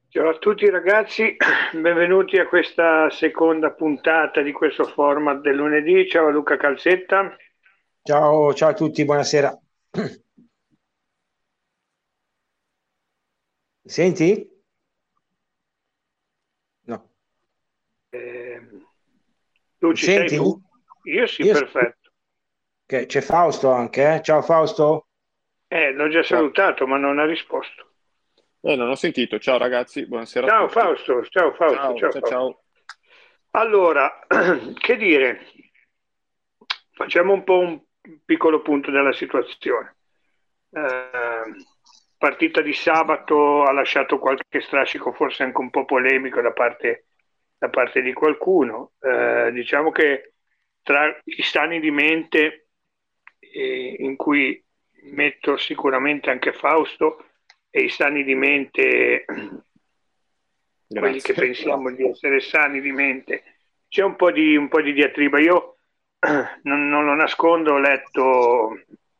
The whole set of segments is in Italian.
Ciao a tutti ragazzi, benvenuti a questa seconda puntata di questo format del lunedì. Ciao a Luca Calzetta. Ciao, ciao a tutti, buonasera. Mi senti? No. Eh, Tu Mi ci sei senti? tu? Io sì, Io sì. perfetto. Ok, c'è Fausto anche, eh? Ciao Fausto. L'ho già Ciao. salutato, ma non ha risposto. Non ho sentito. Ciao ragazzi, buonasera a Ciao tutti. Fausto, ciao Fausto, Ciao, ciao ciao, Fausto. ciao. Allora, che dire? Facciamo un po' un piccolo punto della situazione. Partita di sabato ha lasciato qualche strascico, forse anche un po' polemico da parte di qualcuno. Diciamo che tra i stani di mente in cui metto sicuramente anche Fausto e i sani di mente, quelli che Grazie. pensiamo di essere sani di mente, c'è un po' di diatriba. Io non lo nascondo, ho letto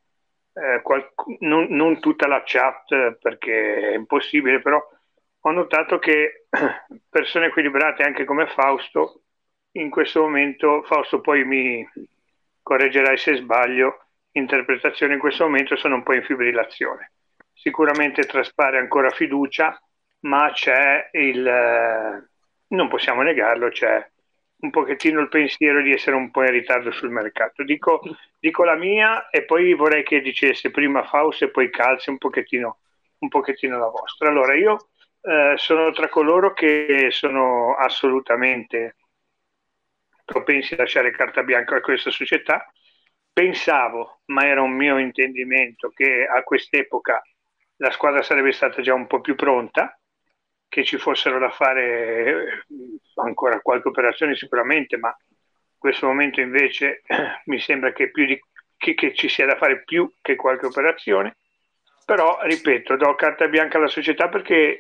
non tutta la chat perché è impossibile, però ho notato che persone equilibrate anche come Fausto, in questo momento, Fausto poi mi correggerai se sbaglio, interpretazione in questo momento sono un po' in fibrillazione. Sicuramente traspare ancora fiducia, ma c'è non possiamo negarlo, c'è un pochettino il pensiero di essere un po' in ritardo sul mercato. Dico la mia e poi vorrei che dicesse prima Faust e poi Calzi un pochettino la vostra. Allora, io sono tra coloro che sono assolutamente propensi a lasciare carta bianca a questa società. Pensavo, ma era un mio intendimento, che a quest'epoca la squadra sarebbe stata già un po' più pronta, che ci fossero da fare ancora qualche operazione sicuramente, ma in questo momento invece mi sembra che ci sia da fare più che qualche operazione. Però, ripeto, do carta bianca alla società perché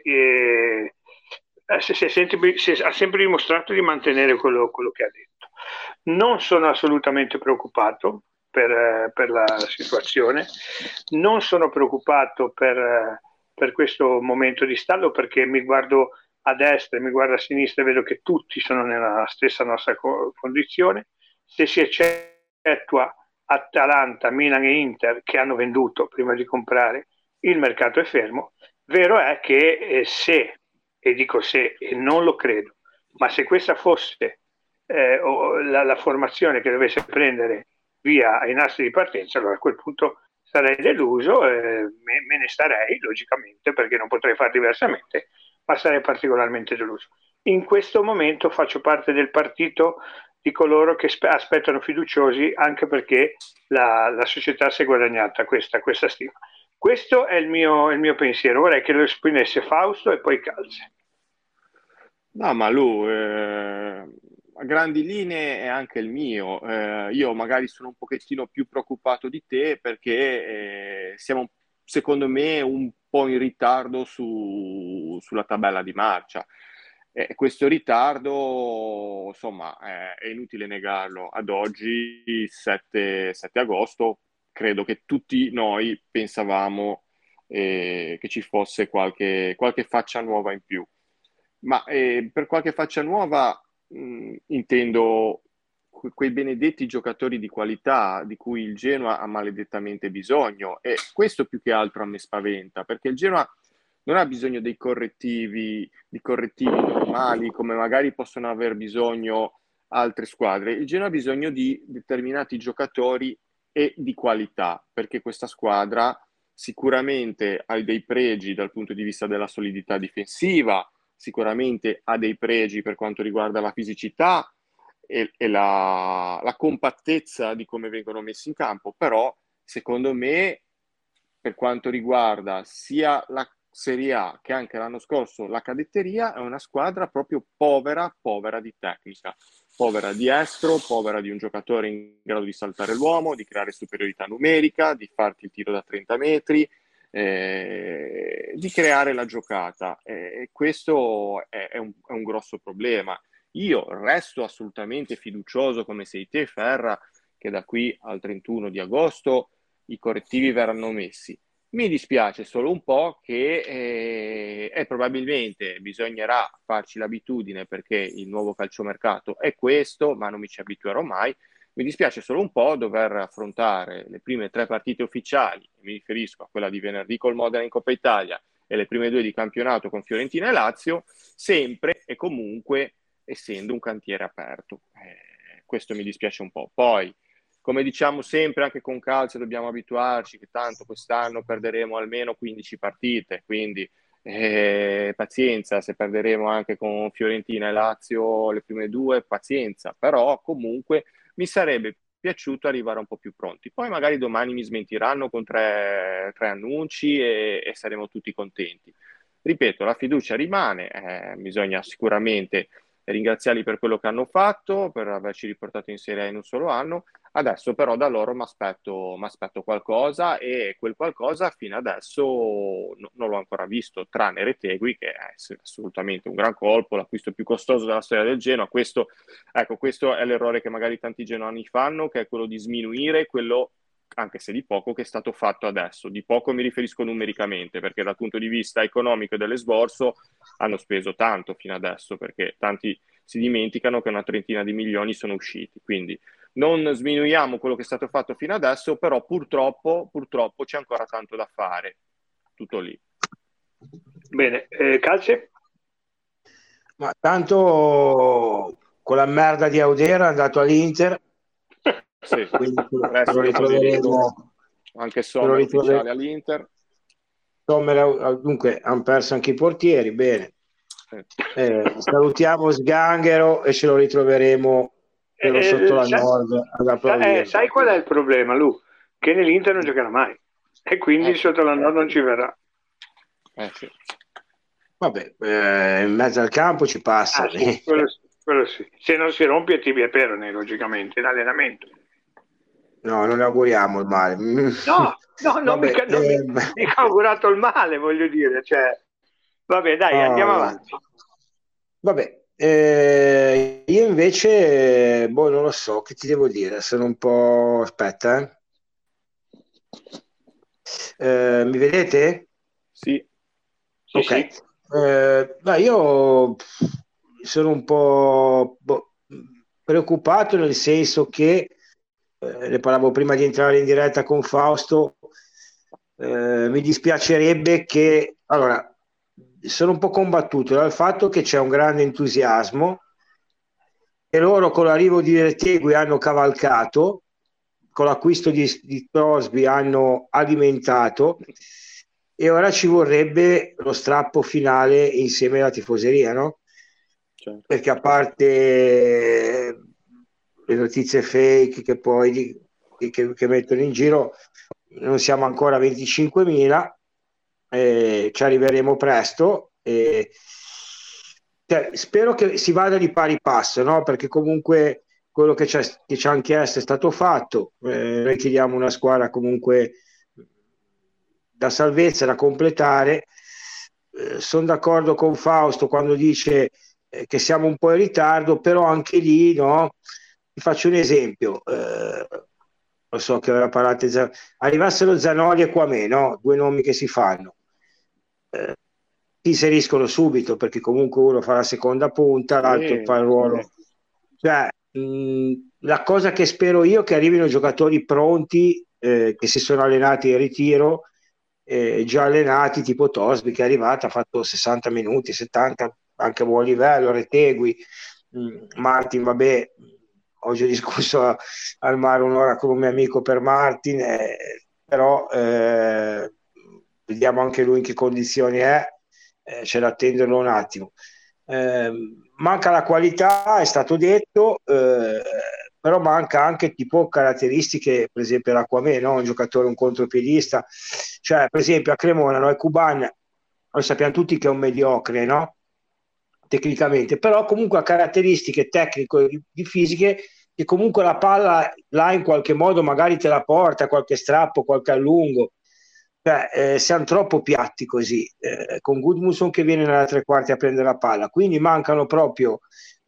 ha sempre dimostrato di mantenere quello che ha detto. Non sono assolutamente preoccupato per la situazione, non sono preoccupato per questo momento di stallo perché mi guardo a destra e mi guardo a sinistra e vedo che tutti sono nella stessa nostra condizione. Se si eccettua Atalanta, Milan e Inter che hanno venduto prima di comprare, il mercato è fermo. Vero è che se, e dico se, e non lo credo, ma se questa fosse la formazione che dovesse prendere via ai nastri di partenza, allora a quel punto sarei deluso, me ne starei logicamente perché non potrei fare diversamente, ma sarei particolarmente deluso. In questo momento faccio parte del partito di coloro che aspettano fiduciosi anche perché la società si è guadagnata questa stima. Questo è il mio pensiero. Vorrei che lo esprimesse Fausto e poi Calze. No, ma Lu, a grandi linee è anche il mio. Io magari sono un pochettino più preoccupato di te perché siamo, secondo me, un po' in ritardo sulla tabella di marcia. Questo ritardo, insomma, è inutile negarlo. Ad oggi, 7 agosto, credo che tutti noi pensavamo che ci fosse qualche faccia nuova in più. Ma per qualche faccia nuova intendo quei benedetti giocatori di qualità di cui il Genoa ha maledettamente bisogno e questo più che altro a me spaventa perché il Genoa non ha bisogno dei correttivi, di correttivi normali come magari possono aver bisogno altre squadre. Il Genoa ha bisogno di determinati giocatori e di qualità perché questa squadra sicuramente ha dei pregi dal punto di vista della solidità difensiva, sicuramente ha dei pregi per quanto riguarda la fisicità e la compattezza di come vengono messi in campo, però secondo me per quanto riguarda sia la Serie A che anche l'anno scorso la cadetteria è una squadra proprio povera, povera di tecnica, povera di estro, povera di un giocatore in grado di saltare l'uomo, di creare superiorità numerica, di farti il tiro da 30 metri, di creare la giocata. E questo è un grosso problema. Io resto assolutamente fiducioso, come sei te, Ferra, che da qui al 31 di agosto i correttivi verranno messi. Mi dispiace solo un po' che probabilmente bisognerà farci l'abitudine perché il nuovo calciomercato è questo, ma non mi ci abituerò mai. Mi dispiace solo un po' dover affrontare le prime 3 partite ufficiali, mi riferisco a quella di venerdì col Modena in Coppa Italia e le prime 2 di campionato con Fiorentina e Lazio, sempre e comunque essendo un cantiere aperto. Questo mi dispiace un po'. Poi, come diciamo sempre, anche con calcio dobbiamo abituarci che tanto quest'anno perderemo almeno 15 partite, quindi pazienza, se perderemo anche con Fiorentina e Lazio le prime 2, pazienza, però comunque mi sarebbe piaciuto arrivare un po' più pronti. Poi magari domani mi smentiranno con tre annunci e saremo tutti contenti. Ripeto, la fiducia rimane, bisogna sicuramente ringraziarli per quello che hanno fatto, per averci riportato in Serie A in un solo anno. Adesso però da loro mi aspetto qualcosa e quel qualcosa fino adesso non l'ho ancora visto, tranne Retegui che è assolutamente un gran colpo, l'acquisto più costoso della storia del Genoa. Ecco, questo è l'errore che magari tanti genuani fanno, che è quello di sminuire quello, anche se di poco, che è stato fatto adesso. Di poco mi riferisco numericamente, perché dal punto di vista economico e dell'esborso hanno speso tanto fino adesso, perché tanti si dimenticano che una trentina di milioni sono usciti. Quindi non sminuiamo quello che è stato fatto fino adesso, però purtroppo c'è ancora tanto da fare. Tutto lì. Bene, Calce? Ma tanto con la merda di Audero è andato all'Inter, Sì, quindi te lo prestito Federico, ritroveremo. anche Sommer ufficiale all'Inter. Sommer, dunque, hanno perso anche i portieri, bene. Sì. Salutiamo Sganghero e ce lo ritroveremo sotto la Nord ad applaudire. Sai qual è il problema, Lu? Che nell'Inter non giocherà mai e quindi sotto la Nord non ci verrà. Sì. Vabbè, in mezzo al campo ci passa. Sì, quello sì. Se non si rompe a tibia e perone, logicamente, in allenamento. No, non ne auguriamo il male. No, non Vabbè, mica augurato il male, voglio dire. Cioè, vabbè, dai, andiamo avanti. Vabbè, io invece, non lo so, che ti devo dire, sono un po'... Aspetta, mi vedete? Sì. Ok. Sì. Io sono un po' preoccupato nel senso che, ne parlavo prima di entrare in diretta con Fausto, mi dispiacerebbe che... Allora, sono un po' combattuto dal fatto che c'è un grande entusiasmo e loro con l'arrivo di Retegui hanno cavalcato, con l'acquisto di Crosby hanno alimentato e ora ci vorrebbe lo strappo finale insieme alla tifoseria, no? Certo. Perché a parte le notizie fake che poi che mettono in giro, non siamo ancora a 25.000, ci arriveremo presto. Spero che si vada di pari passo, no? Perché comunque quello che ci hanno chiesto è stato fatto. Noi chiediamo una squadra comunque da salvezza, da completare. Sono d'accordo con Fausto quando dice che siamo un po' in ritardo, però anche lì, no? Ti faccio un esempio. Lo so che ora parlate, arrivassero Zanoli e Quamè, no? Due nomi che si fanno. Si inseriscono subito perché comunque uno fa la seconda punta, l'altro fa il ruolo. Cioè, la cosa che spero io è che arrivino giocatori pronti, che si sono allenati in ritiro, già allenati, tipo Tosby che è arrivato, ha fatto 60 minuti, 70, anche a buon livello, Retegui, Martin, vabbè, oggi ho discusso al mare un'ora con un mio amico per Martin, però vediamo anche lui in che condizioni è, c'è da attenderlo un attimo. Manca la qualità, è stato detto, però manca anche tipo caratteristiche, per esempio l'Acquamè, no? Un giocatore, un contropiedista, cioè per esempio a Cremona, no? Cuban, lo sappiamo tutti che è un mediocre, no? Tecnicamente, però comunque ha caratteristiche tecniche di fisiche che comunque la palla là in qualche modo magari te la porta, qualche strappo, qualche allungo. Siamo troppo piatti così, con Gudmundsson che viene nella tre quarti a prendere la palla, quindi mancano proprio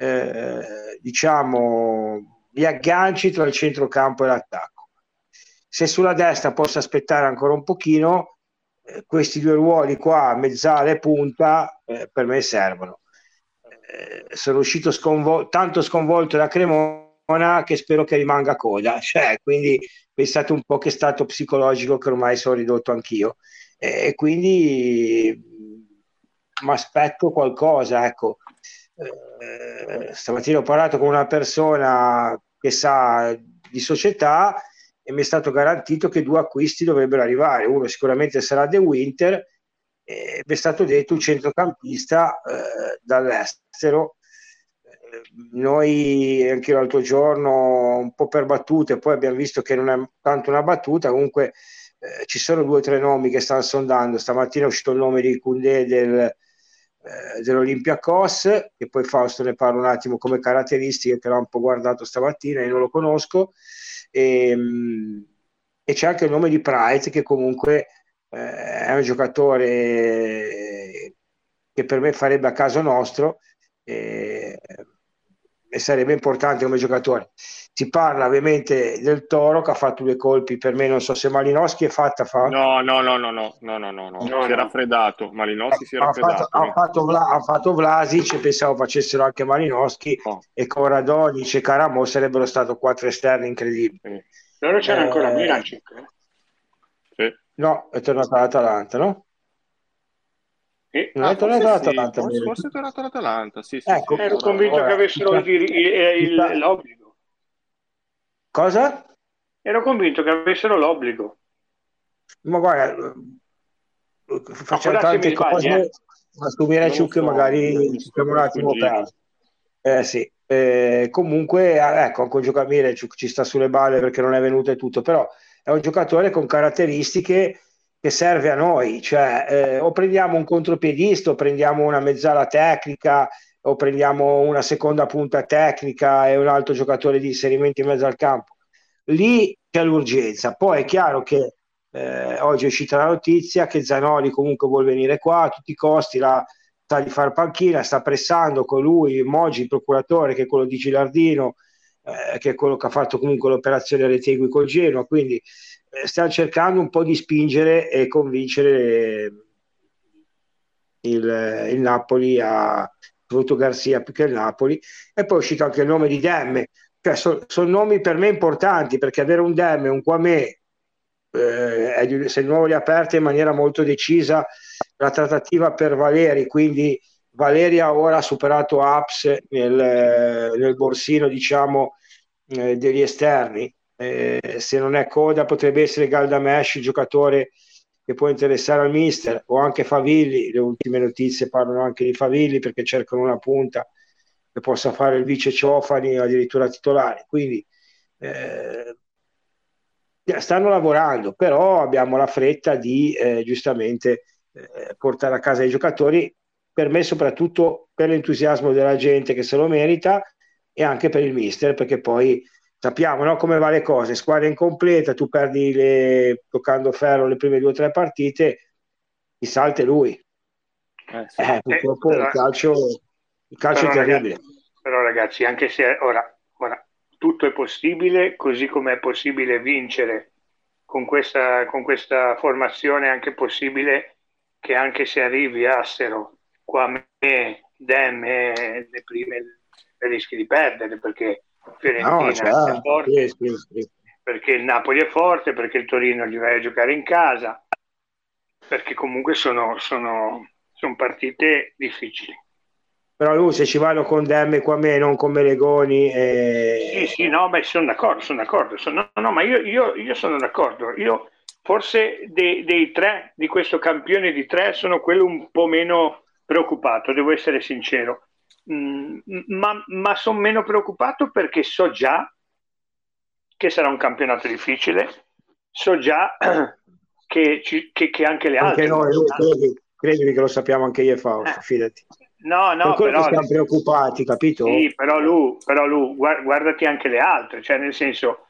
diciamo gli agganci tra il centrocampo e l'attacco. Se sulla destra posso aspettare ancora un pochino, questi due ruoli qua, mezzala e punta, per me servono. Sono uscito tanto sconvolto da Cremona che spero che rimanga coda, cioè, quindi pensate un po' che stato psicologico che ormai sono ridotto anch'io, e quindi mi aspetto qualcosa, ecco. Stamattina ho parlato con una persona che sa di società e mi è stato garantito che 2 acquisti dovrebbero arrivare. Uno sicuramente sarà De Winter, e mi è stato detto un centrocampista dall'estero. Noi anche l'altro giorno un po' per battute, poi abbiamo visto che non è tanto una battuta, comunque ci sono 2 o 3 nomi che stanno sondando. Stamattina è uscito il nome di Koundé dell'Olympiacos, che poi Fausto ne parla un attimo come caratteristiche, che l'ho un po' guardato stamattina, io non lo conosco, e c'è anche il nome di Price, che comunque è un giocatore che per me farebbe a caso nostro, e sarebbe importante come giocatore. Si parla ovviamente del Toro, che ha fatto 2 colpi, per me non so se Malinowski è fatta No, si è no. raffreddato, Malinowski si è raffreddato. Ha fatto Vlasic, pensavo facessero anche Malinowski, Oh, e con Radonic e Caramo sarebbero stato 4 esterni incredibili. Però c'era ancora Miranchuk. sì. No, è tornato all'Atalanta, no? Non è Forse tornato sì, all'Atalanta. forse è tornato all'Atalanta, sì, Ecco, sì. Ero No, no. convinto che ora, avessero l'obbligo. cosa? Ero convinto che avessero l'obbligo. Ma guarda, No, può facciamo darsi mi tante sbagli, cose, ma su Non lo Miranchuk so, magari ci stiamo un mi è attimo sfuggito. persi. Sì. Comunque, ecco, anche un giocatore Miranchuk ci sta sulle balle perché non è venuto e tutto, però è un giocatore con caratteristiche che serve a noi, cioè o prendiamo un contropiedista, o prendiamo una mezzala tecnica, o prendiamo una seconda punta tecnica e un altro giocatore di inserimento in mezzo al campo. Lì c'è l'urgenza. Poi è chiaro che oggi è uscita la notizia che Zanoli comunque vuole venire qua a tutti i costi, sta di far panchina, sta pressando con lui Moggi, il procuratore, che è quello di Gilardino, che è quello che ha fatto comunque l'operazione Retegui col Genoa, quindi stiamo cercando un po' di spingere e convincere il Napoli soprattutto Garzia più che il Napoli. E poi è uscito anche il nome di Demme, cioè sono nomi per me importanti, perché avere un Demme, un Quamè, se il nuovo li ha aperti in maniera molto decisa la trattativa per Valeri, quindi Valeria ora ha superato Aps nel borsino, diciamo, degli esterni. Se non è Coda potrebbe essere Galdamesh, il giocatore che può interessare al mister, o anche Favilli. Le ultime notizie parlano anche di Favilli, perché cercano una punta che possa fare il vice Ciofani, addirittura titolare. Quindi stanno lavorando, però abbiamo la fretta di giustamente portare a casa i giocatori, per me soprattutto per l'entusiasmo della gente che se lo merita, e anche per il mister, perché poi sappiamo, no, come va le cose: squadra incompleta, tu perdi toccando ferro le prime 2 o 3 partite, il salto è lui. Sì. Purtroppo il calcio è Però, terribile. però ragazzi, anche se ora tutto è possibile, così come è possibile vincere con questa formazione, è anche possibile che anche se arrivi Assero, Quame, Dem, le prime le rischi di perdere, perché No, Fiorentina è certo, forte, sì. perché il Napoli è forte, perché il Torino gli vai a giocare in casa, perché comunque sono partite difficili. Però lui, se ci vanno con Demme qua me, non con Melegoni, Sì, no, beh, sono d'accordo. No, ma io sono d'accordo. Io forse dei 3, di questo campione di 3, sono quello un po' meno preoccupato, devo essere sincero. Ma sono meno preoccupato perché so già che sarà un campionato difficile, so già che anche le anche altre. noi, credimi che lo sappiamo anche io e Fausto, fidati. Per No, quello che però siamo preoccupati, capito? sì, però Lu, guardati anche le altre, cioè nel senso,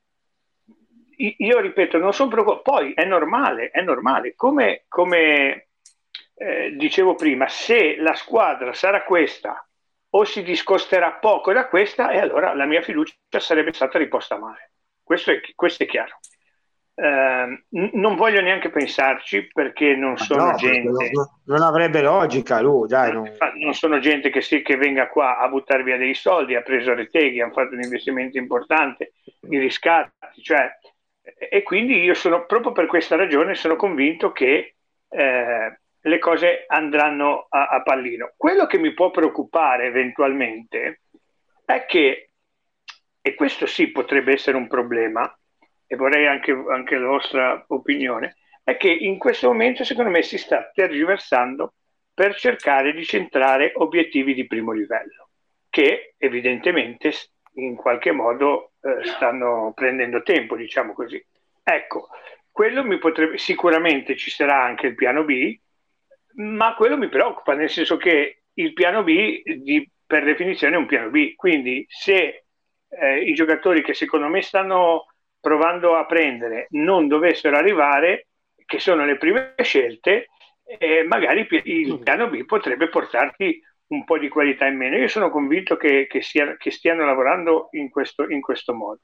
io ripeto, non sono preoccupato, poi è normale, come dicevo prima, se la squadra sarà questa o si discosterà poco da questa, e allora la mia fiducia sarebbe stata riposta male. Questo è chiaro. Non voglio neanche pensarci perché non Ma sono no, perché gente, non avrebbe logica lui, dai. non sono gente che venga qua a buttare via dei soldi, ha preso Reteghi, hanno fatto un investimento importante, i riscatti, cioè, e quindi io sono, proprio per questa ragione, sono convinto che le cose andranno a pallino. Quello che mi può preoccupare eventualmente è che, e questo sì potrebbe essere un problema, e vorrei anche la vostra opinione, è che in questo momento secondo me si sta tergiversando per cercare di centrare obiettivi di primo livello, che evidentemente in qualche modo stanno prendendo tempo, diciamo così. Ecco, quello mi potrebbe, sicuramente ci sarà anche il piano B, ma quello mi preoccupa, nel senso che il piano B per definizione è un piano B, quindi se i giocatori che secondo me stanno provando a prendere non dovessero arrivare, che sono le prime scelte, magari il piano B potrebbe portarti un po' di qualità in meno. Io sono convinto che stiano lavorando in questo modo.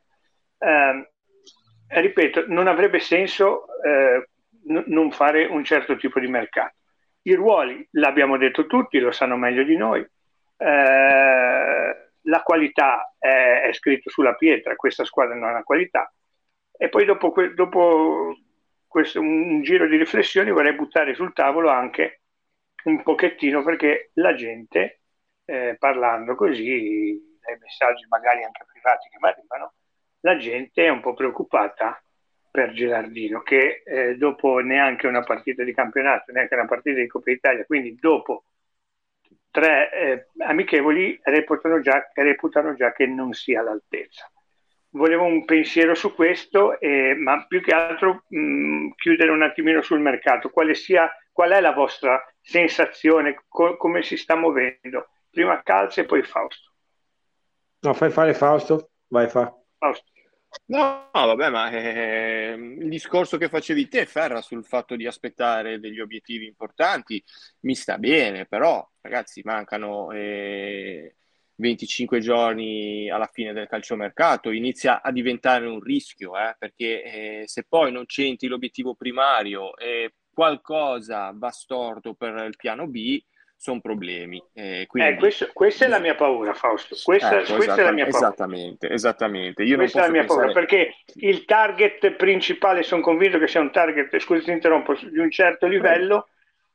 Ripeto, non avrebbe senso non fare un certo tipo di mercato. I ruoli, l'abbiamo detto tutti, lo sanno meglio di noi. La qualità è scritto sulla pietra, questa squadra non ha una qualità. E poi dopo un giro di riflessioni vorrei buttare sul tavolo anche un pochettino perché la gente, parlando così, dai messaggi magari anche privati che mi arrivano, la gente è un po' preoccupata per Gerardino che dopo neanche una partita di campionato, neanche una partita di Coppa Italia, quindi dopo 3 amichevoli reputano già che non sia all'altezza. Volevo un pensiero su questo, ma più che altro chiudere un attimino sul mercato. Qual è la vostra sensazione? Come si sta muovendo? Prima Calze e poi Fausto. No, fai fare Fausto, vai fa. Fausto. No, vabbè, ma il discorso che facevi te, Ferra, sul fatto di aspettare degli obiettivi importanti, mi sta bene, però ragazzi, mancano 25 giorni alla fine del calciomercato, inizia a diventare un rischio, perché se poi non centri l'obiettivo primario e qualcosa va storto per il piano B, sono problemi. Quindi, questa è la mia paura, Fausto. Questa è la mia paura. Esattamente. Io questa non è la posso mia paura, pensare... perché il target principale, sono convinto che sia un target, scusi ti interrompo, di un certo livello,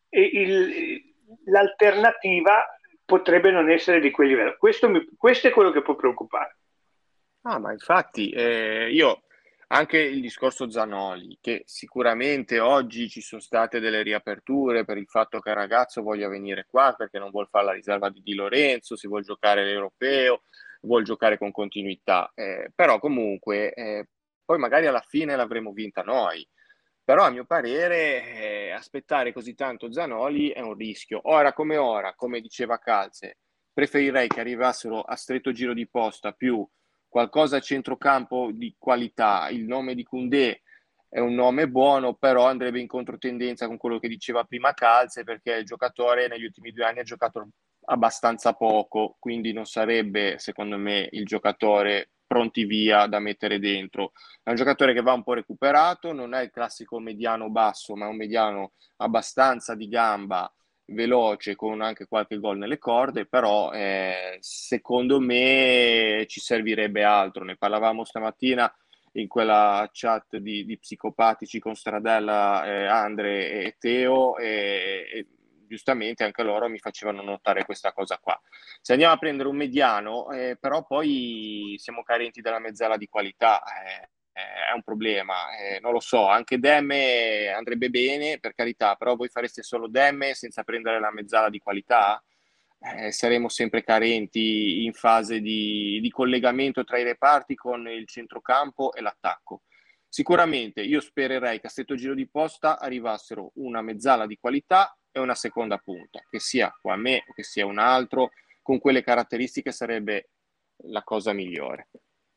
e l'alternativa potrebbe non essere di quel livello. Questo è quello che può preoccupare. Ah, ma infatti, io anche il discorso Zanoli, che sicuramente oggi ci sono state delle riaperture per il fatto che il ragazzo voglia venire qua perché non vuol fare la riserva di Di Lorenzo, si vuol giocare l'europeo, vuol giocare con continuità, però comunque poi magari alla fine l'avremo vinta noi. Però a mio parere aspettare così tanto Zanoli è un rischio. Ora, come diceva Calze, preferirei che arrivassero a stretto giro di posta più qualcosa a centrocampo di qualità. Il nome di Koundé è un nome buono, però andrebbe in controtendenza con quello che diceva prima Calze, perché il giocatore negli ultimi 2 anni ha giocato abbastanza poco, quindi non sarebbe, secondo me, il giocatore pronti via da mettere dentro. È un giocatore che va un po' recuperato, non è il classico mediano basso, ma è un mediano abbastanza di gamba, veloce, con anche qualche gol nelle corde, però secondo me ci servirebbe altro. Ne parlavamo stamattina in quella chat di psicopatici con Stradella, Andre e Teo, e giustamente anche loro mi facevano notare questa cosa qua. Se andiamo a prendere un mediano, però poi siamo carenti della mezzala di qualità, è un problema, non lo so, anche Demme andrebbe bene, per carità, però voi fareste solo Demme senza prendere la mezzala di qualità? Saremo sempre carenti in fase di collegamento tra i reparti con il centrocampo e l'attacco. Sicuramente io spererei che a stretto giro di posta arrivassero una mezzala di qualità e una seconda punta, che sia qua a me o che sia un altro, con quelle caratteristiche sarebbe la cosa migliore.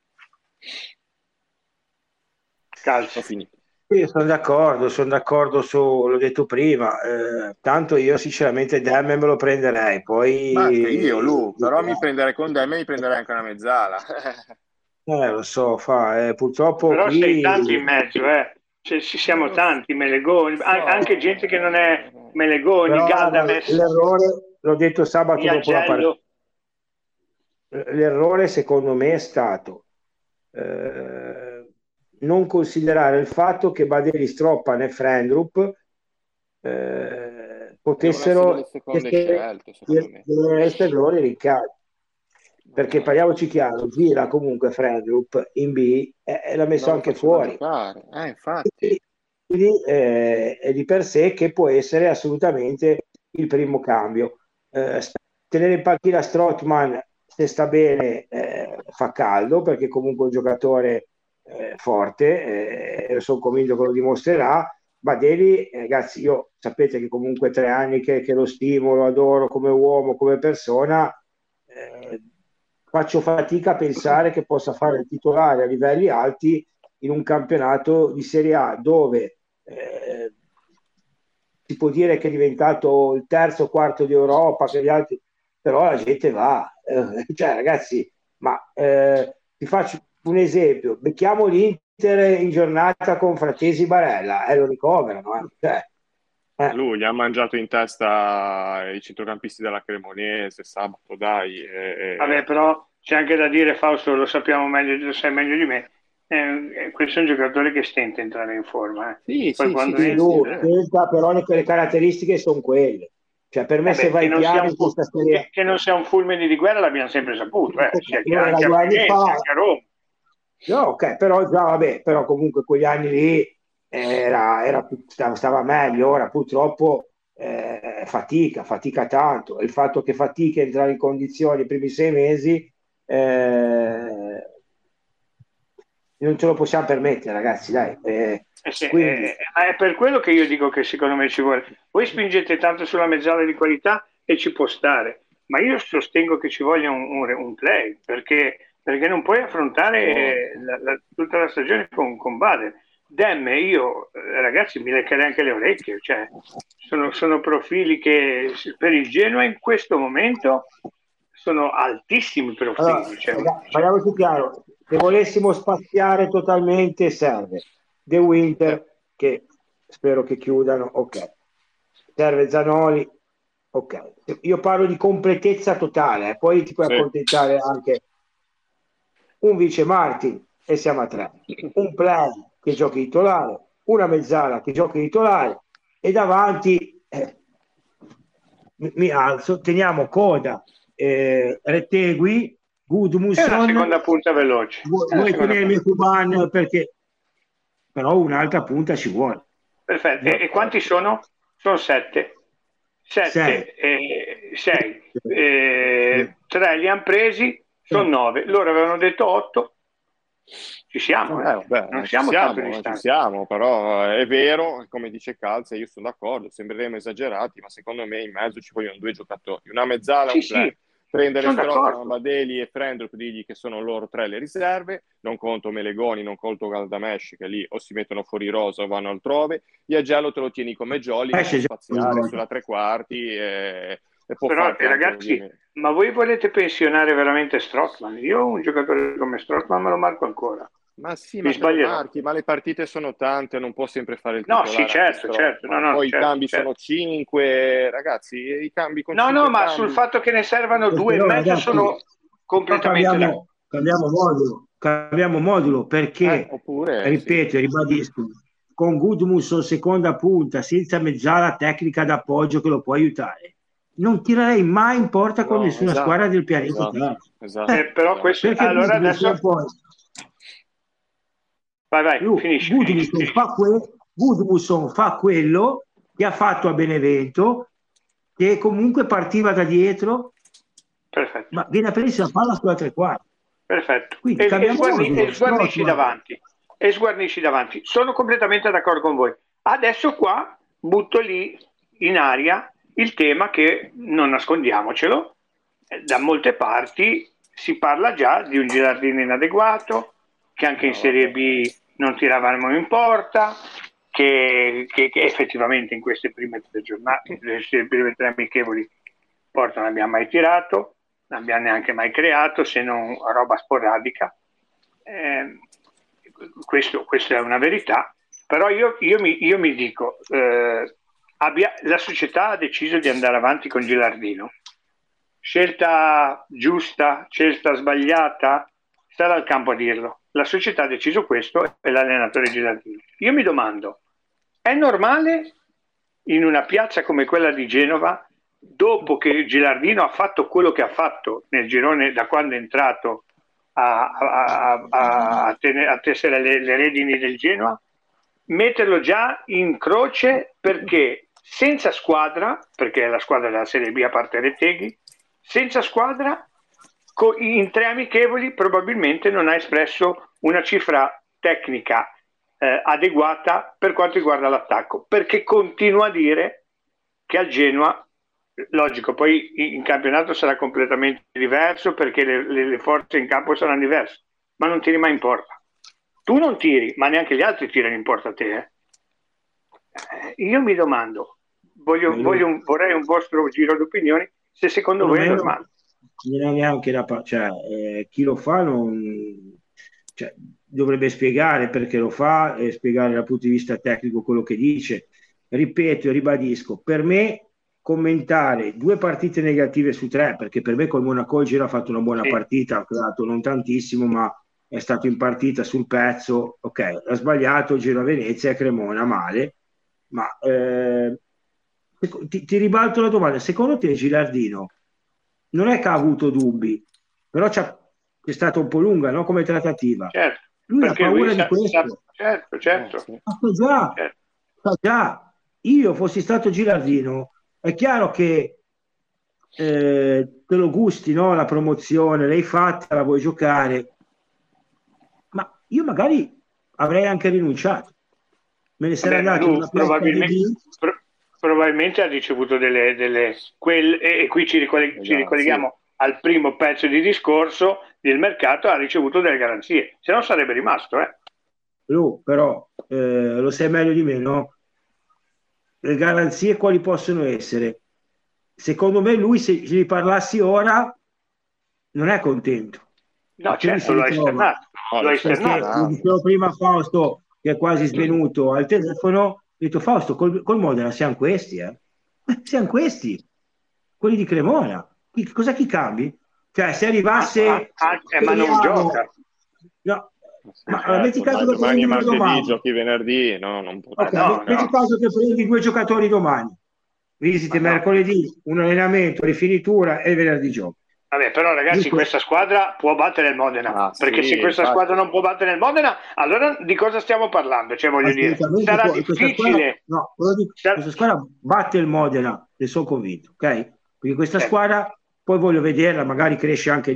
Calcio. Ho finito. Io sono d'accordo l'ho detto prima, tanto io sinceramente Demme me lo prenderei, poi... Ma anche io, Lu, però mi prenderei con Demme e mi prenderei anche una mezzala. Lo so, purtroppo Però sei qui... tanto in mezzo, ci siamo tanti, Melegoni, anche gente che non è Melegoni, Però Galdames, l'errore, l'ho detto sabato dopo la partita, Iagello. l'errore secondo me è stato non considerare il fatto che Badeli, Stroppan e Frendrup Devono essere delle potessero seconde scelte, secondo me. essere loro i rincari. Perché parliamoci chiaro, gira comunque Frendrup in B e l'ha messo Non lo anche facevano fuori. giocare, infatti. Quindi è di per sé che può essere assolutamente il primo cambio. Tenere in panchina Strootman, se sta bene, fa caldo, perché comunque è un giocatore forte, e sono convinto che lo dimostrerà. Badeli, ragazzi, io sapete che comunque 3 anni che lo stimolo, adoro come uomo, come persona, faccio fatica a pensare che possa fare il titolare a livelli alti in un campionato di Serie A dove si può dire che è diventato il terzo o quarto di Europa, che gli altri, però la gente va. Cioè, ragazzi, ma ti faccio un esempio: becchiamo l'Inter in giornata con Fratesi Barella e lo ricoverano. Cioè, Lui gli ha mangiato in testa i centrocampisti della Cremonese sabato, dai. Vabbè, però c'è anche da dire, Fausto, lo sappiamo meglio, lo sai meglio di me, questo è un giocatore che stenta a entrare in forma. Sì, Poi sì, sì, quando sì, sì, è vero. però le caratteristiche sono quelle. Cioè, per me, se vabbè, vai piano in questa Serie che non sia un fulmine di guerra l'abbiamo sempre saputo, sia era anche a 2 anni Firenze, fa, anche a Roma. no, ok, però già vabbè, però comunque quegli anni lì stava meglio. Ora purtroppo fatica tanto. Il fatto che fatica a entrare in condizioni i primi 6 mesi, non ce lo possiamo permettere, ragazzi, dai. Quindi Ma è per quello che io dico che secondo me ci vuole. Voi spingete tanto sulla mezzala di qualità e ci può stare, ma io sostengo che ci voglia un play, perché non puoi affrontare tutta la stagione con Bader. Demme, io, ragazzi, mi leccherei anche le orecchie, cioè, sono profili che per il Genoa in questo momento sono altissimi allora, profili. Cioè, parliamoci chiaro, se volessimo spaziare totalmente serve De Winter, che spero che chiudano, ok. Serve Zanoli, ok. Io parlo di completezza totale, poi ti puoi Sì. accontentare anche un vice Martin e siamo a 3, un play che giochi titolare, una mezzala che giochi titolare e davanti mi alzo, teniamo Coda, Rettegui, è una Gudmundsson. seconda punta veloce. Vuoi tenermi Cuban perché però un'altra punta ci vuole. Perfetto. E quanti sono? Sono 7. 7, 6. 3 li hanno presi, sono 9. Loro avevano detto 8. Ci siamo, Vabbè, non siamo tanto ci distanti. siamo, però è vero, come dice Calza, io sono d'accordo, sembreremo esagerati, ma secondo me in mezzo ci vogliono 2 giocatori, una mezzala e un play. Sì, Prendere sono Strootman, d'accordo. Badeli e Frendrup, digli che sono loro 3 le riserve, non conto Melegoni, non conto Galdamesh, che lì o si mettono fuori rosa o vanno altrove, Iagello te lo tieni come Jolly, che può spaziare sulla 3/4 e può Però farti anche ragazzi, ovviamente. ma voi volete pensionare veramente Strootman? Io un giocatore come Strootman me lo marco ancora. Ma sì, Mi ma te lo sbaglierò. marchi, ma le partite sono tante, non può sempre fare il No, sì, titolare anche certo, Strootman. Poi i certo, cambi sono certo. 5, ragazzi, i cambi con No, 5 ma sul cambi. fatto che ne servano 2 e Però mezzo ragazzi, sono completamente d'accordo. cambiamo modulo perché, Oppure sì. ripeto e ribadisco, con Gudmundsson seconda punta senza mezzala tecnica d'appoggio che lo può aiutare, non tirerei mai in porta con No, nessuna squadra del pianeta esatto, Terra. esatto. Questo, Perché allora adesso vai, finisci. Gudmundsson fa quello che ha fatto a Benevento, che comunque partiva da dietro, Perfetto, ma viene a prendersi la palla sulla 3/4. perfetto. Quindi cambiamo modulo. Sguarnisci davanti. E sguarnisci davanti. Sono completamente d'accordo con voi. Adesso qua butto lì in aria il tema che, non nascondiamocelo, da molte parti si parla già di un Girardino inadeguato, che anche in Serie B non tiravamo in porta, che effettivamente in queste prime 3 giornate, queste prime 3 amichevoli, porta non abbiamo mai tirato, non abbiamo neanche mai creato, se non roba sporadica. Questo è una verità. Però io mi dico, la società ha deciso di andare avanti con Gilardino. Scelta giusta, scelta sbagliata, sarà il campo a dirlo. La società ha deciso questo e l'allenatore Gilardino. Io mi domando, è normale in una piazza come quella di Genova, dopo che Gilardino ha fatto quello che ha fatto nel girone da quando è entrato a tessere le redini del Genoa, metterlo già in croce perché senza squadra, perché è la squadra della Serie B a parte Reteghi, senza squadra, in 3 amichevoli probabilmente non ha espresso una cifra tecnica adeguata per quanto riguarda l'attacco, perché continua a dire che al Genoa, logico, poi in campionato sarà completamente diverso perché le forze in campo saranno diverse, ma non tiri mai in porta. Tu non tiri, ma neanche gli altri tirano in porta a te. Io mi domando, vorrei un vostro giro d'opinioni, se secondo voi è normale. Non è neanche chi lo fa dovrebbe spiegare perché lo fa e spiegare dal punto di vista tecnico quello che dice. Ripeto e ribadisco, per me commentare 2 partite negative su 3, perché per me col Monaco il Giro ha fatto una buona partita, ha creato non tantissimo, ma è stato in partita sul pezzo, ok, ha sbagliato il Giro a Venezia e Cremona male, ma ti ribalto la domanda, secondo te Gilardino non è che ha avuto dubbi, però è stata un po' lunga, no? Come trattativa. Certo, lui ha paura di questo. Certo. Sa già, io fossi stato Gilardino, è chiaro che te lo gusti, no? La promozione, l'hai fatta, la vuoi giocare, ma io magari avrei anche rinunciato. Me ne sarei andato in una probabilmente ha ricevuto e qui ci ricolleghiamo al primo pezzo di discorso del mercato, ha ricevuto delle garanzie, se no sarebbe rimasto. Però lo sai meglio di me, no? Le garanzie quali possono essere? Secondo me lui, se gli parlassi ora, non è contento. No, certo, lo ha esternato. Lo dicevo prima Fausto, che è quasi svenuto al telefono, ho detto Fausto, col Modena siamo questi, siamo questi, quelli di Cremona. Cosa chi cambi? Cioè, se arrivasse... ma non gioca. No, ma metti caso che prendi martedì, giochi venerdì, no, non può. Metti caso che prendi 2 giocatori domani, visite mercoledì, un allenamento, rifinitura e venerdì gioco. Vabbè, però ragazzi, questa squadra può battere il Modena, perché se questa squadra non può battere il Modena, allora di cosa stiamo parlando? Cioè, voglio dire, sarà difficile. Questa squadra batte il Modena, ne sono convinto, ok? Perché questa squadra, poi voglio vederla, magari cresce anche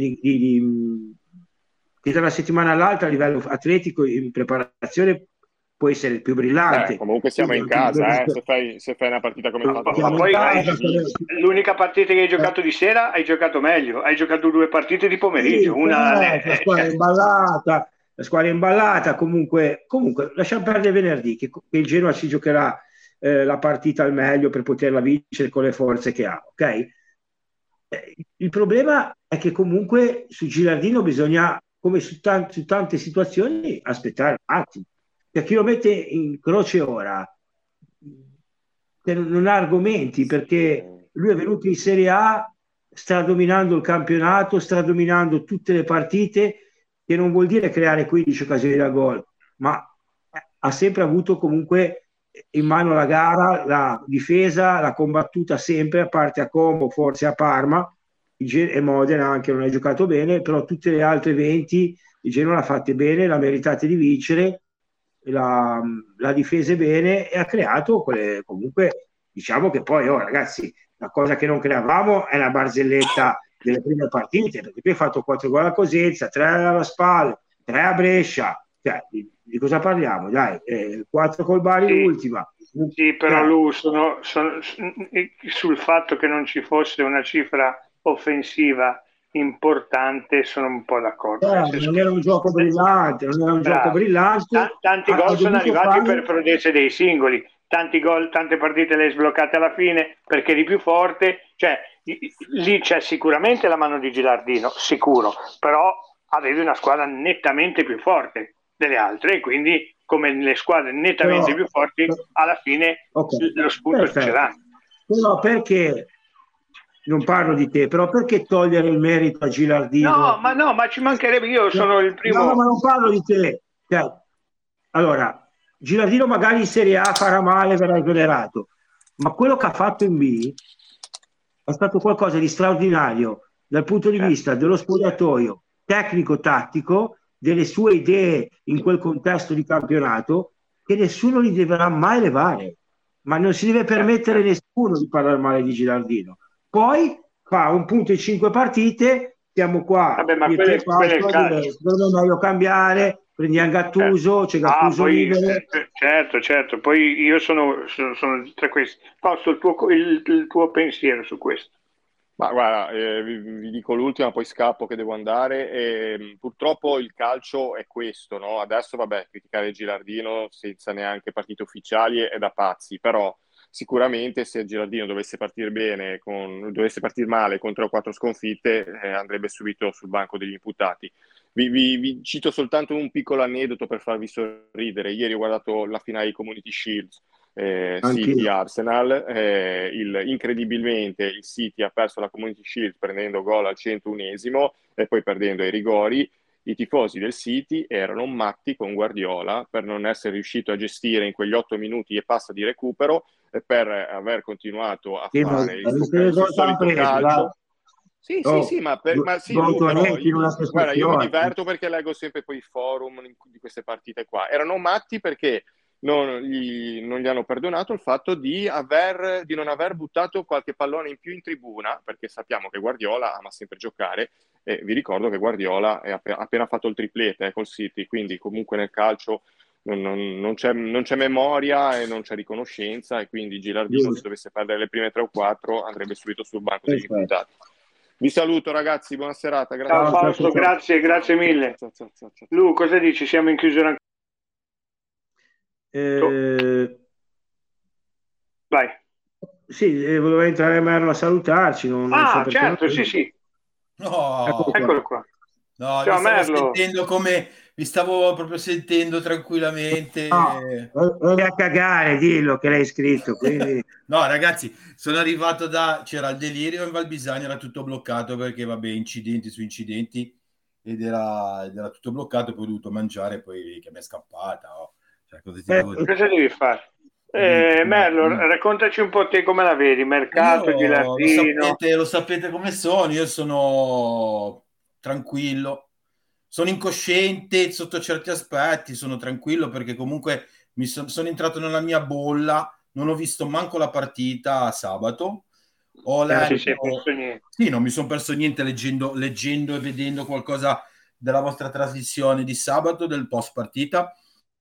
da una settimana all'altra a livello atletico, in preparazione può essere più brillante. Comunque siamo in casa, se fai una partita come ma poi l'unica partita che hai giocato di sera hai giocato meglio, hai giocato 2 partite di pomeriggio, la squadra è imballata, comunque lasciamo perdere venerdì che il Genoa ci giocherà la partita al meglio per poterla vincere con le forze che ha, ok? Il problema è che comunque su Gilardino bisogna, come su tante situazioni, aspettare un attimo. Per chi lo mette in croce ora non ha argomenti, perché lui è venuto in Serie A, sta dominando il campionato, sta dominando tutte le partite, che non vuol dire creare 15 occasioni da gol, ma ha sempre avuto comunque in mano la gara, la difesa, l'ha combattuta sempre, a parte a Como, forse a Parma, e Modena anche non ha giocato bene, però tutte le altre 20 il Genoa l'ha fatte bene, l'ha meritate di vincere, la difese bene e ha creato comunque, diciamo che poi ragazzi, la cosa che non creavamo è la barzelletta delle prime partite, perché tu hai fatto 4 gol a Cosenza, 3 alla Spal, 3 a Brescia, cioè, di cosa parliamo? Dai, 4 col Bari l'ultima. Sì, però sul fatto che non ci fosse una cifra offensiva importante sono un po' d'accordo. Non era un gioco brillante, tanti gol sono arrivati per prodezze dei singoli, tanti gol, tante partite le hai sbloccate alla fine perché eri più forte, cioè lì c'è sicuramente la mano di Gilardino, sicuro, però avevi una squadra nettamente più forte delle altre e quindi come nelle squadre nettamente più forti, alla fine lo spunto ce l'ha. Però perché, non parlo di te, però perché togliere il merito a Gilardino? No, ma ci mancherebbe, io sono il primo. No, ma non parlo di te. Cioè, allora, Gilardino magari in Serie A farà male, verrà esonerato, ma quello che ha fatto in B è stato qualcosa di straordinario dal punto di vista dello spogliatoio tecnico-tattico, delle sue idee in quel contesto di campionato, che nessuno li dovrà mai levare, ma non si deve permettere nessuno di parlare male di Gilardino. Poi fa un punto in 5 partite, siamo qua. Vabbè, ma quello è il calcio. Secondo me è meglio cambiare, prendiamo Gattuso, c'è Gattuso libero. Certo, poi io sono tra questi. Fausto, il tuo pensiero su questo. Ma guarda, vi dico l'ultima, poi scappo che devo andare. Purtroppo il calcio è questo, no? Adesso, vabbè, criticare Gilardino senza neanche partite ufficiali è da pazzi, però sicuramente se Gilardino dovesse partire male con 3 o 4 sconfitte, andrebbe subito sul banco degli imputati. Vi cito soltanto un piccolo aneddoto per farvi sorridere. Ieri ho guardato la finale di Community Shield, City Arsenal. Incredibilmente il City ha perso la Community Shield prendendo gol al 101esimo e poi perdendo ai rigori. I tifosi del City erano matti con Guardiola per non essere riuscito a gestire in quegli 8 minuti e passa di recupero e per aver continuato a fare il suo solito calcio. Sì, ma sì, guarda, io mi diverto perché leggo sempre poi i forum di queste partite qua. Erano matti perché non gli hanno perdonato il fatto di non aver buttato qualche pallone in più in tribuna, perché sappiamo che Guardiola ama sempre giocare, e vi ricordo che Guardiola ha appena fatto il triplete col City, quindi comunque nel calcio non c'è memoria e non c'è riconoscenza, e quindi Gilardino, se dovesse perdere le prime 3 o 4, andrebbe subito sul banco degli imputati. Vi saluto ragazzi, buona serata. Grazie. Ciao Fausto, grazie mille. Ciao. Lu, cosa dici? Siamo in chiusura ancora? Vai. Sì, volevo entrare Merlo a salutarci. Non so certo, sì. No, eccolo qua. No, ciao Merlo. Vi stavo proprio sentendo tranquillamente. Vai a cagare, dillo che l'hai scritto. Quindi... No, ragazzi, sono arrivato c'era il delirio in Val Bisagna, era tutto bloccato perché, vabbè, incidenti su incidenti, ed era tutto bloccato, poi ho dovuto mangiare, poi che mi è scappata. Cioè, cosa devi fare? Merlo, raccontaci un po' te come la vedi, mercato, Gilardino. Lo sapete come sono, io sono tranquillo, sono incosciente sotto certi aspetti, sono tranquillo perché comunque sono entrato nella mia bolla, non ho visto manco la partita sabato, ho letto, sì, non mi sono perso niente leggendo e vedendo qualcosa della vostra trasmissione di sabato, del post partita,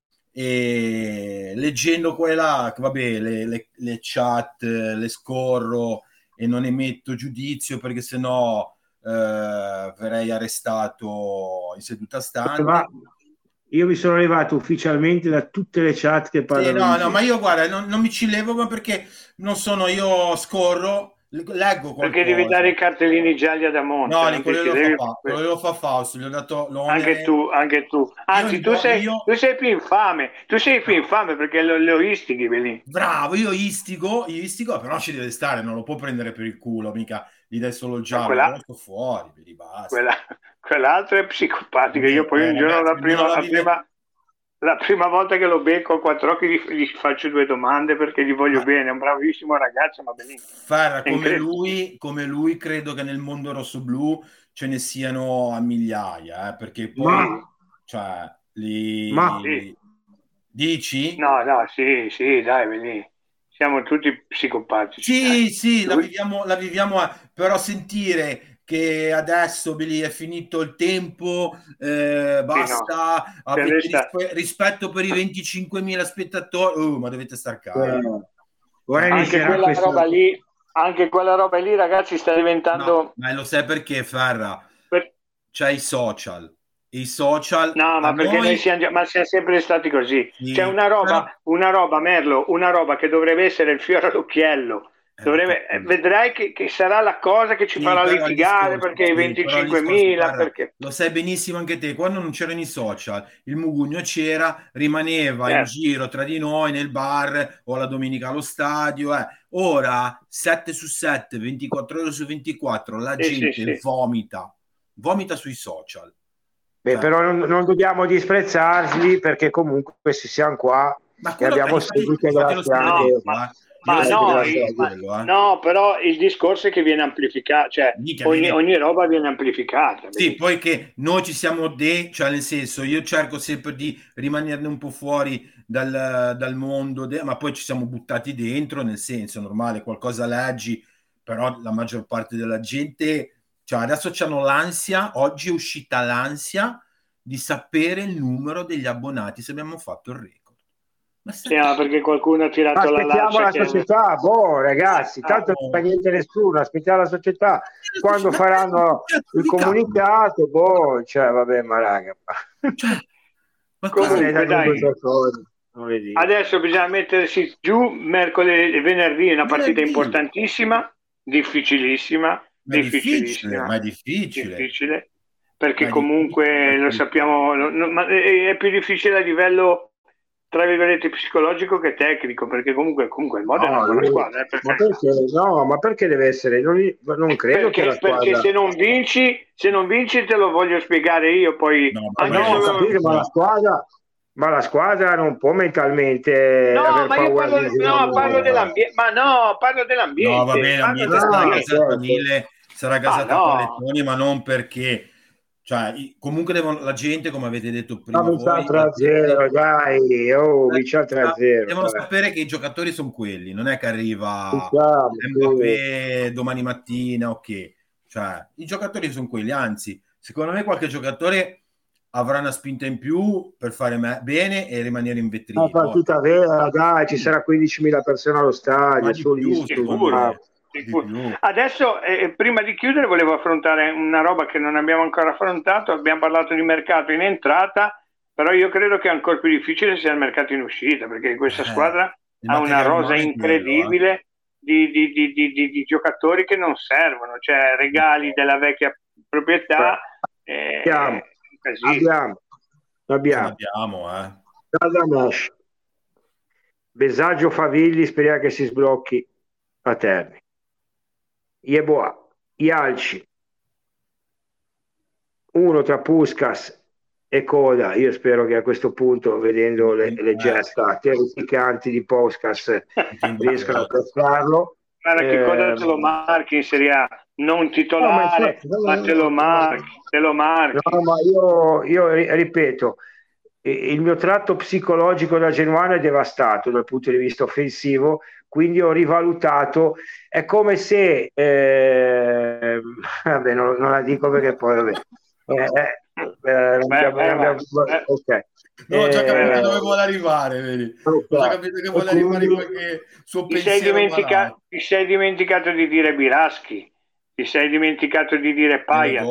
e leggendo quella, vabbè, le chat le scorro e non emetto giudizio perché sennò verrei arrestato in seduta stante. Io mi sono levato ufficialmente da tutte le chat che parlano. No, ma io guarda, non mi ci levo, ma perché non sono, io scorro, leggo qualcosa. Perché devi dare i cartellini gialli ad Amonte. No, quello lo fa Fausto, gli ho dato anche tu. Anzi, tu sei più infame. Tu sei più infame perché lo istighi, lì. Bravo, io istigo, però ci deve stare, non lo può prendere per il culo, mica gli dai solo il giallo, lo sto fuori, vedi, basta. Quell'altro è psicopatico. Io poi un giorno la prima volta che lo becco a 4 occhi gli faccio 2 domande perché gli voglio bene, è un bravissimo ragazzo, ma benissimo. Farra, come lui credo che nel mondo rosso-blu ce ne siano a migliaia, perché poi dici? No, sì, dai, vedi. Siamo tutti psicopatici. Sì, la viviamo, però sentire che adesso è finito il tempo, basta, avete rispetto per i 25.000 spettatori, ma dovete star calmi. Anche quella roba lì, ragazzi, sta diventando... No, ma lo sai perché, Farra? C'è i social. No, ma perché noi siamo sempre stati così. Sì, c'è una roba, Merlo, una roba che dovrebbe essere il fiore all'occhiello vedrai che sarà la cosa che ci farà litigare, perché i 25.000, perché... Lo sai benissimo anche te, quando non c'erano i social, il mugugno c'era, rimaneva in giro tra di noi nel bar o la domenica allo stadio. Ora 7 su 7, 24 ore su 24, la gente vomita sui social. Però non dobbiamo disprezzarli, perché comunque se siamo qua e abbiamo seguito no, però il discorso è che viene amplificato, cioè ogni roba viene amplificata. Sì, poi che noi ci siamo cioè nel senso, io cerco sempre di rimanerne un po' fuori dal mondo, ma poi ci siamo buttati dentro, nel senso, normale, qualcosa leggi, però la maggior parte della gente, cioè adesso c'hanno l'ansia, oggi è uscita l'ansia di sapere il numero degli abbonati, se abbiamo fatto il record. Perché qualcuno ha tirato la lancia. Aspettiamo la società, ragazzi, tanto non fa niente nessuno, aspettiamo la società, quando faranno il comunicato, vabbè, ma raga. Comunque, dai. Adesso bisogna mettersi giù mercoledì e venerdì, una partita importantissima, difficilissima, ma difficile. Perché comunque lo sappiamo, ma è più difficile a livello, tra virgolette, psicologico che tecnico, perché comunque il Modena è una buona squadra. Ma perché deve essere? Non credo che la squadra... Perché se non vinci te lo voglio spiegare io, poi... Ma la squadra non può mentalmente aver paura parlo dell'ambiente. Parlo dell'ambiente. No, va bene, l'ambiente sarà gasata a palettoni, ma non perché... Cioè, comunque la gente, come avete detto prima, vinciamo 3-0, dai, vinciamo 3-0. Devono sapere che i giocatori sono quelli, non è che arriva Mbappé domani mattina, ok. Cioè, i giocatori sono quelli, anzi, secondo me qualche giocatore avrà una spinta in più per fare bene e rimanere in vetrina. Una partita vera, dai, ci sarà 15.000 persone allo stadio, Adesso, prima di chiudere, volevo affrontare una roba che non abbiamo ancora affrontato. Abbiamo parlato di mercato in entrata, però io credo che è ancora più difficile sia il mercato in uscita, perché questa squadra ha una rosa incredibile di giocatori che non servono, cioè regali della vecchia proprietà. Abbiamo. Besaggio Favilli, speriamo che si sblocchi a Terni. Yeboah, Ialci, uno tra Puskas e Coda. Io spero che a questo punto, vedendo le gesta terrificanti di Puskas, riescano a pescarlo. Guarda che Coda te lo marchi in Serie A, non titolare, ma te lo marchi. No, ma io ripeto, il mio tratto psicologico da genuano è devastato dal punto di vista offensivo, quindi ho rivalutato. È come se vabbè, non la già capito dove vuole arrivare, vedi? Già capito che vuole arrivare qualche suo pensiero. Ti sei dimenticato di dire Biraschi, ti sei dimenticato di dire Paia.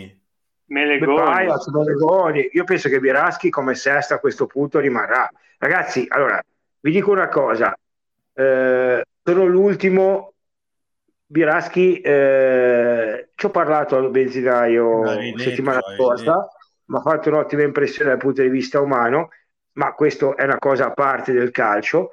Melegoni. Io penso che Biraschi come sesto a questo punto rimarrà. Ragazzi, allora vi dico una cosa, sono l'ultimo. Biraschi, ci ho parlato al benzinaio settimana scorsa, mi ha fatto un'ottima impressione dal punto di vista umano, ma questo è una cosa a parte del calcio.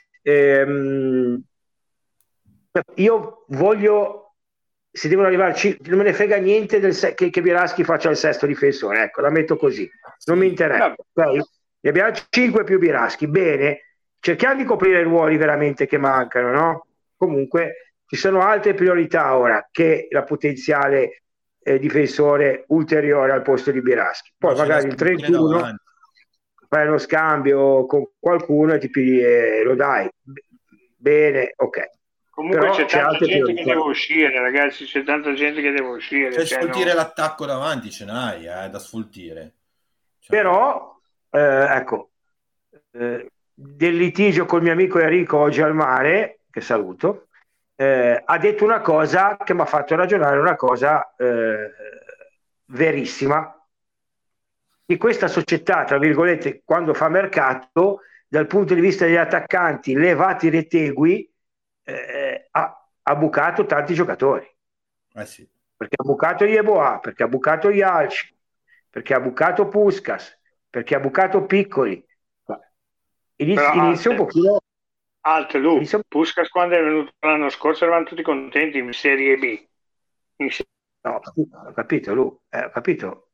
Io voglio, se devono arrivarci, non me ne frega niente che Biraschi faccia il sesto difensore, ecco, la metto così, non mi interessa. Okay? Ne abbiamo 5 più Biraschi, bene, cerchiamo di coprire i ruoli veramente che mancano, no? Comunque ci sono altre priorità ora che la potenziale difensore ulteriore al posto di Biraschi. Poi magari il 31 fai uno scambio con qualcuno e lo dai. Bene, ok. Comunque però c'è tanta gente che deve uscire, ragazzi, c'è tanta gente che deve uscire. Per sfoltire l'attacco davanti ce n'hai, da sfoltire. Però, ecco, del litigio col mio amico Enrico oggi al mare, che saluto, ha detto una cosa che mi ha fatto ragionare, una cosa verissima, che questa società, tra virgolette, quando fa mercato, dal punto di vista degli attaccanti levati retegui, ha bucato tanti giocatori. Sì. Perché ha bucato Yeboah, perché ha bucato Yalci, perché ha bucato Puskás, perché ha bucato Piccoli. Inizia un pochino... Puskás quando è venuto l'anno scorso eravamo tutti contenti in Serie B. No, ho capito, Lu, ho capito.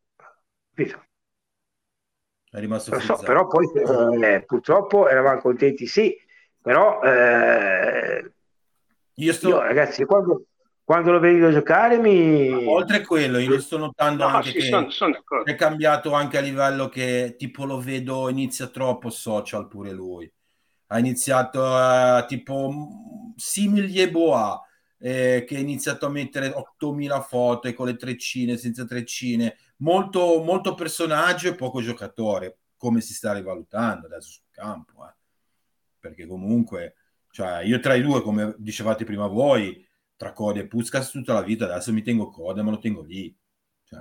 È rimasto Lo so, frizzato. però poi purtroppo eravamo contenti, sì, però io ragazzi, quando lo vedo giocare oltre a quello, io sto notando anche che sono è cambiato anche a livello che tipo lo vedo, inizia troppo social pure lui. Ha iniziato tipo simil Yeboah, che ha iniziato a mettere 8000 foto e con le treccine, senza treccine, molto, molto personaggio e poco giocatore, come si sta rivalutando adesso sul campo. Perché comunque, cioè, io tra i due, come dicevate prima voi, tra Cody e Puskás tutta la vita, adesso mi tengo Cody, ma lo tengo lì. Cioè,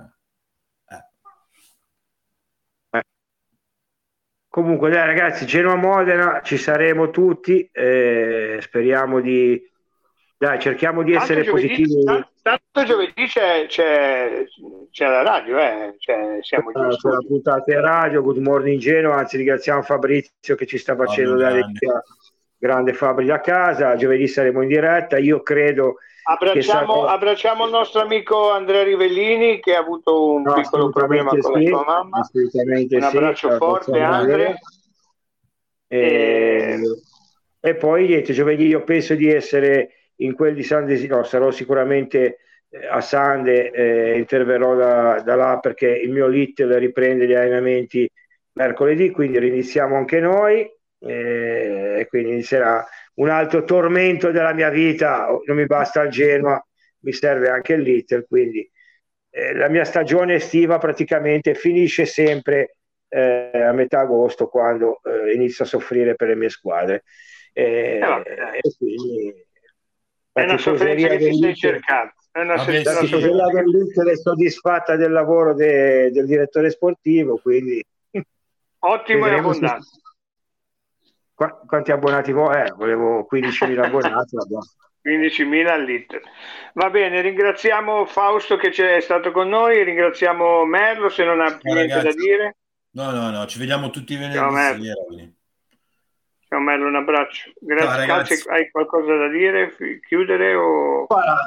Comunque dai ragazzi, Genoa-Modena ci saremo tutti, speriamo di... Dai, cerchiamo di essere positivi. Tanto giovedì c'è la radio, siamo giù. C'è la puntata in radio, Good Morning Genoa, anzi ringraziamo Fabrizio che ci sta facendo dare grande Fabri da casa. Giovedì saremo in diretta, io credo... Abbracciamo il nostro amico Andrea Rivellini che ha avuto un piccolo problema con la sua mamma. Assolutamente un abbraccio forte, Andrea. E poi niente, giovedì io penso di essere in quel di San Desidero, sarò sicuramente a Sande, interverrò da là perché il mio Little riprende gli allenamenti mercoledì, quindi riniziamo anche noi, e quindi inizierà un altro tormento della mia vita. Non mi basta il Genoa, mi serve anche il Little, quindi la mia stagione estiva praticamente finisce sempre a metà agosto, quando inizio a soffrire per le mie squadre, e quindi è una sofferenza che ti sei cercato. La tifoseria dell'Inter è soddisfatta del lavoro del direttore sportivo, quindi ottimo e abbondante. Quanti abbonati volevo 15.000 abbonati. 15.000 all'Inter. Va bene, ringraziamo Fausto che c'è stato con noi, ringraziamo Merlo se non ha più niente da dire. No, ci vediamo tutti venerdì sera. Ciao Merlo, un abbraccio. Grazie. Calcio, hai qualcosa da dire? Chiudere o...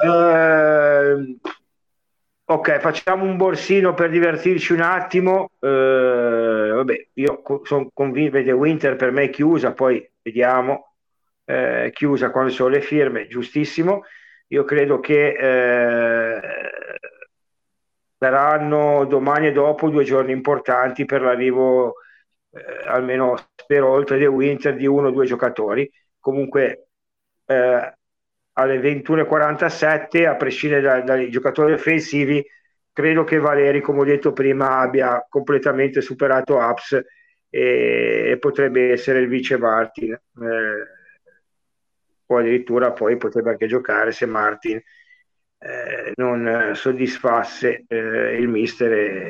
Ok, facciamo un borsino per divertirci un attimo. Vabbè, io sono convinto che Winter per me è chiusa, poi vediamo. Chiusa quando sono le firme, giustissimo. Io credo che saranno domani e dopo 2 giorni importanti per l'arrivo, almeno spero, oltre The Winter, di 1 o 2 giocatori. Comunque alle 21:47, a prescindere dai giocatori offensivi, credo che Valeri, come ho detto prima, abbia completamente superato Aps e potrebbe essere il vice Martin, o addirittura poi potrebbe anche giocare se Martin non soddisfasse il mister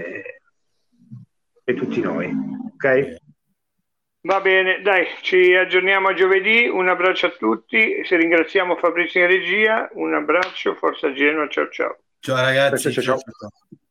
e tutti noi. Ok? Va bene, dai, ci aggiorniamo a giovedì. Un abbraccio a tutti, se ringraziamo Fabrizio in regia, un abbraccio, forza Genoa, ciao ciao. Ciao ragazzi. Ciao.